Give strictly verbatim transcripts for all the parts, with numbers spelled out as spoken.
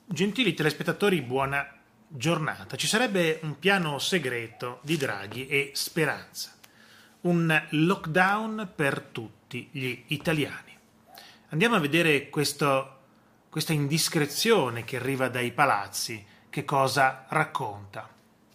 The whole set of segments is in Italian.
Gentili telespettatori, buona giornata. Ci sarebbe un piano segreto di Draghi e Speranza. Un lockdown per tutti gli italiani. Andiamo a vedere questo, questa indiscrezione che arriva dai palazzi. Che cosa racconta?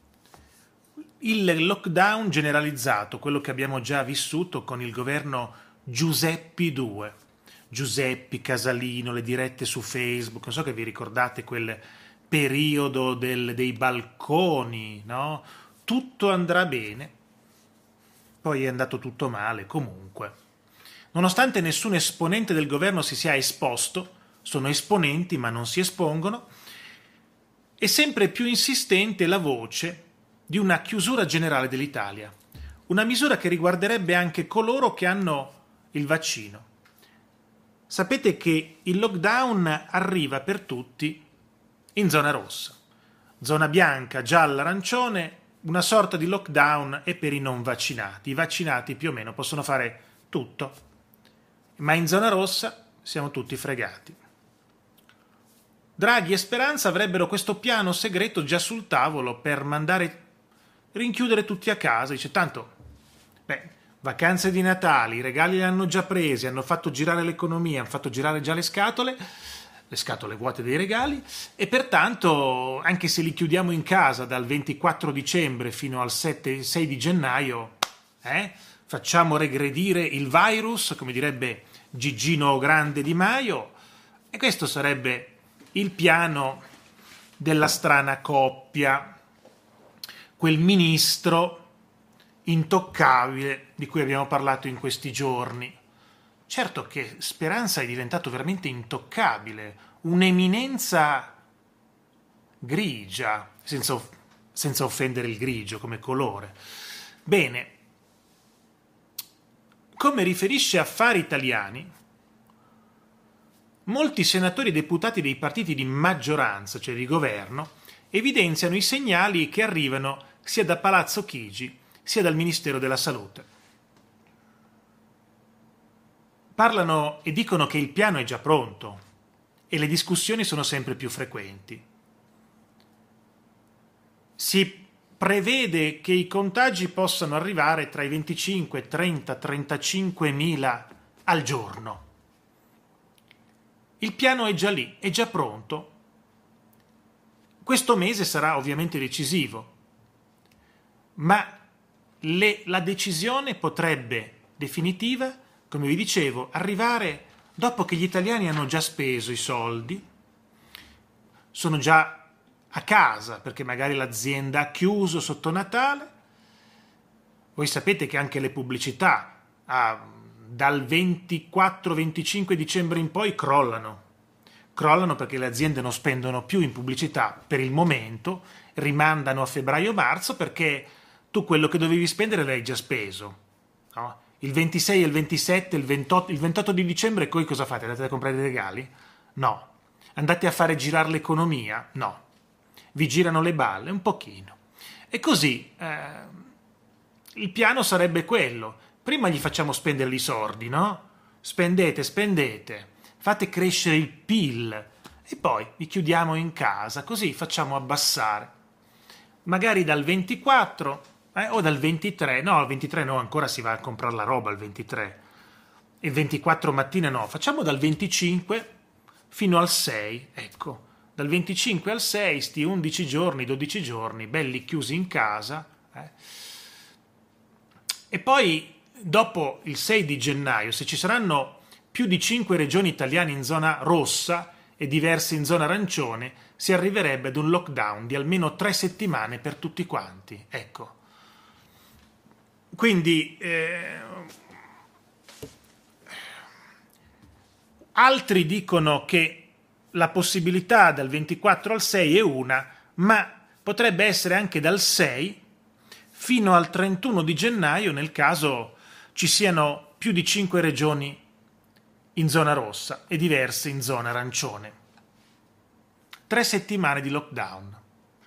Il lockdown generalizzato, quello che abbiamo già vissuto con il governo Giuseppi due. Giuseppi, Casalino, le dirette su Facebook, non so che vi ricordate quel periodo del, dei balconi, no? Tutto andrà bene, poi è andato tutto male comunque. Nonostante nessun esponente del governo si sia esposto, sono esponenti ma non si espongono, è sempre più insistente la voce di una chiusura generale dell'Italia, una misura che riguarderebbe anche coloro che hanno il vaccino. Sapete che il lockdown arriva per tutti in zona rossa. Zona bianca, gialla, arancione, una sorta di lockdown è per i non vaccinati. I vaccinati più o meno possono fare tutto, ma in zona rossa siamo tutti fregati. Draghi e Speranza avrebbero questo piano segreto già sul tavolo per mandare rinchiudere tutti a casa. Dice, tanto, beh, vacanze di Natale, i regali li hanno già presi, hanno fatto girare l'economia, hanno fatto girare già le scatole, le scatole vuote dei regali, e pertanto, anche se li chiudiamo in casa dal ventiquattro dicembre fino al sette, sei di gennaio, eh, facciamo regredire il virus, come direbbe Gigino Grande Di Maio, e questo sarebbe il piano della strana coppia, quel ministro intoccabile di cui abbiamo parlato in questi giorni. Certo che Speranza è diventato veramente intoccabile, un'eminenza grigia, senza, senza offendere il grigio come colore. Bene, come riferisce Affari Italiani, molti senatori e deputati dei partiti di maggioranza, cioè di governo, evidenziano i segnali che arrivano sia da Palazzo Chigi sia dal Ministero della Salute. Parlano e dicono che il piano è già pronto e le discussioni sono sempre più frequenti. Si prevede che i contagi possano arrivare tra i venticinque, trenta, trentacinque mila al giorno. Il piano è già lì, è già pronto. Questo mese sarà ovviamente decisivo, ma Le, la decisione potrebbe, definitiva, come vi dicevo, arrivare dopo che gli italiani hanno già speso i soldi, sono già a casa perché magari l'azienda ha chiuso sotto Natale. Voi sapete che anche le pubblicità ah, dal ventiquattro venticinque dicembre in poi crollano. Crollano perché le aziende non spendono più in pubblicità per il momento, rimandano a febbraio-marzo perché tu quello che dovevi spendere l'hai già speso, no? Il ventisei, il ventisette, il ventotto, il ventotto di dicembre voi cosa fate? Andate a comprare dei regali? No. Andate a fare girare l'economia? No. Vi girano le balle? Un pochino. E così eh, il piano sarebbe quello. Prima gli facciamo spendere i soldi, no? Spendete, spendete, fate crescere il P I L e poi vi chiudiamo in casa, così facciamo abbassare. Magari dal ventiquattro... Eh, o dal ventitré, no, al ventitré no, ancora si va a comprare la roba al ventitré. Il ventiquattro mattina no, facciamo dal venticinque fino al sei, ecco. Dal venticinque al sei, sti undici giorni, dodici giorni, belli chiusi in casa. Eh. E poi, dopo il sei di gennaio, se ci saranno più di cinque regioni italiane in zona rossa e diverse in zona arancione, si arriverebbe ad un lockdown di almeno tre settimane per tutti quanti, ecco. Quindi eh, altri dicono che la possibilità dal ventiquattro al sei è una, ma potrebbe essere anche dal sei fino al trentuno di gennaio nel caso ci siano più di cinque regioni in zona rossa e diverse in zona arancione. Tre settimane di lockdown.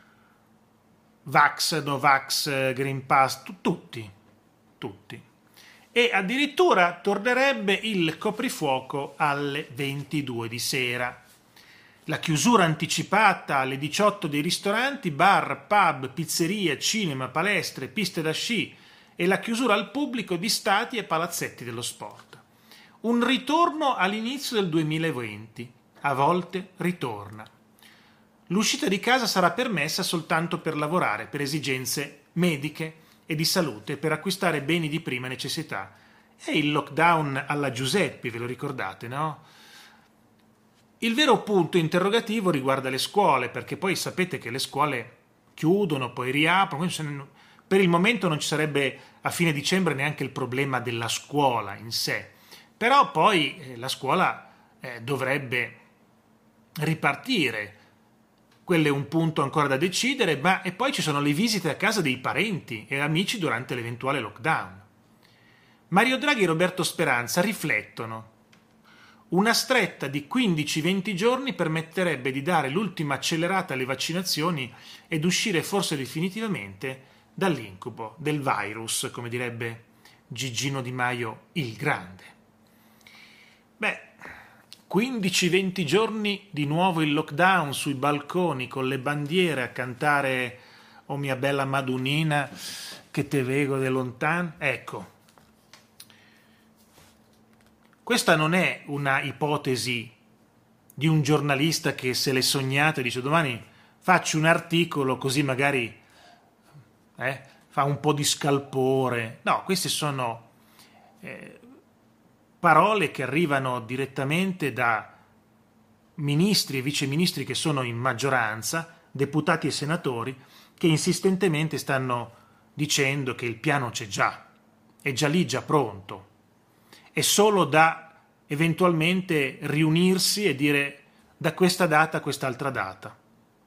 Vax, no vax, Green Pass, tu, tutti. tutti. E addirittura tornerebbe il coprifuoco alle ventidue di sera. la chiusura anticipata alle diciotto dei ristoranti, bar, pub, pizzerie, cinema, palestre, piste da sci e la chiusura al pubblico di stadi e palazzetti dello sport. Un ritorno all'inizio del duemilaventi, a volte ritorna. L'uscita di casa sarà permessa soltanto per lavorare, per esigenze mediche e di salute, per acquistare beni di prima necessità. È il lockdown alla Giuseppi, ve lo ricordate, no? Il vero punto interrogativo riguarda le scuole, perché poi sapete che le scuole chiudono, poi riaprono, per il momento non ci sarebbe a fine dicembre neanche il problema della scuola in sé, però poi eh, la scuola eh, dovrebbe ripartire, quello è un punto ancora da decidere, ma e poi ci sono le visite a casa dei parenti e amici durante l'eventuale lockdown. Mario Draghi e Roberto Speranza riflettono. Una stretta di quindici venti giorni permetterebbe di dare l'ultima accelerata alle vaccinazioni ed uscire forse definitivamente dall'incubo del virus, come direbbe Gigino Di Maio il Grande. Beh, quindici venti giorni di nuovo il lockdown sui balconi con le bandiere a cantare "Oh mia bella Madunina che te vego de lontan". Ecco, questa non è una ipotesi di un giornalista che se l'è sognata e dice domani faccio un articolo così magari eh, fa un po' di scalpore. No, queste sono eh, parole che arrivano direttamente da ministri e viceministri che sono in maggioranza, deputati e senatori, che insistentemente stanno dicendo che il piano c'è già, è già lì, già pronto. È solo da eventualmente riunirsi e dire da questa data a quest'altra data.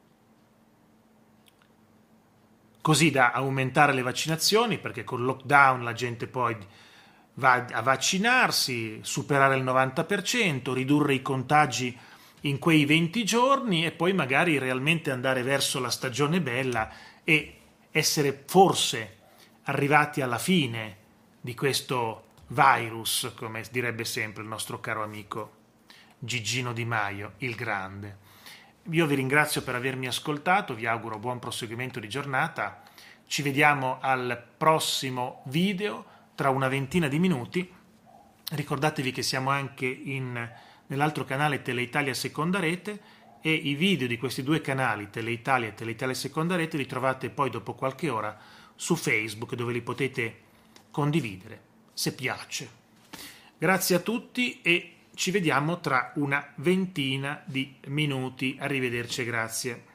Così da aumentare le vaccinazioni, perché con il lockdown la gente poi va a vaccinarsi, superare il novanta per cento, ridurre i contagi in quei venti giorni e poi magari realmente andare verso la stagione bella e essere forse arrivati alla fine di questo virus, come direbbe sempre il nostro caro amico Gigino Di Maio, il Grande. Io vi ringrazio per avermi ascoltato, vi auguro buon proseguimento di giornata, ci vediamo al prossimo video tra una ventina di minuti. Ricordatevi che siamo anche in, nell'altro canale Teleitalia Seconda Rete e i video di questi due canali, Teleitalia e Teleitalia Seconda Rete, li trovate poi dopo qualche ora su Facebook, dove li potete condividere se piace. Grazie a tutti e ci vediamo tra una ventina di minuti. Arrivederci e grazie.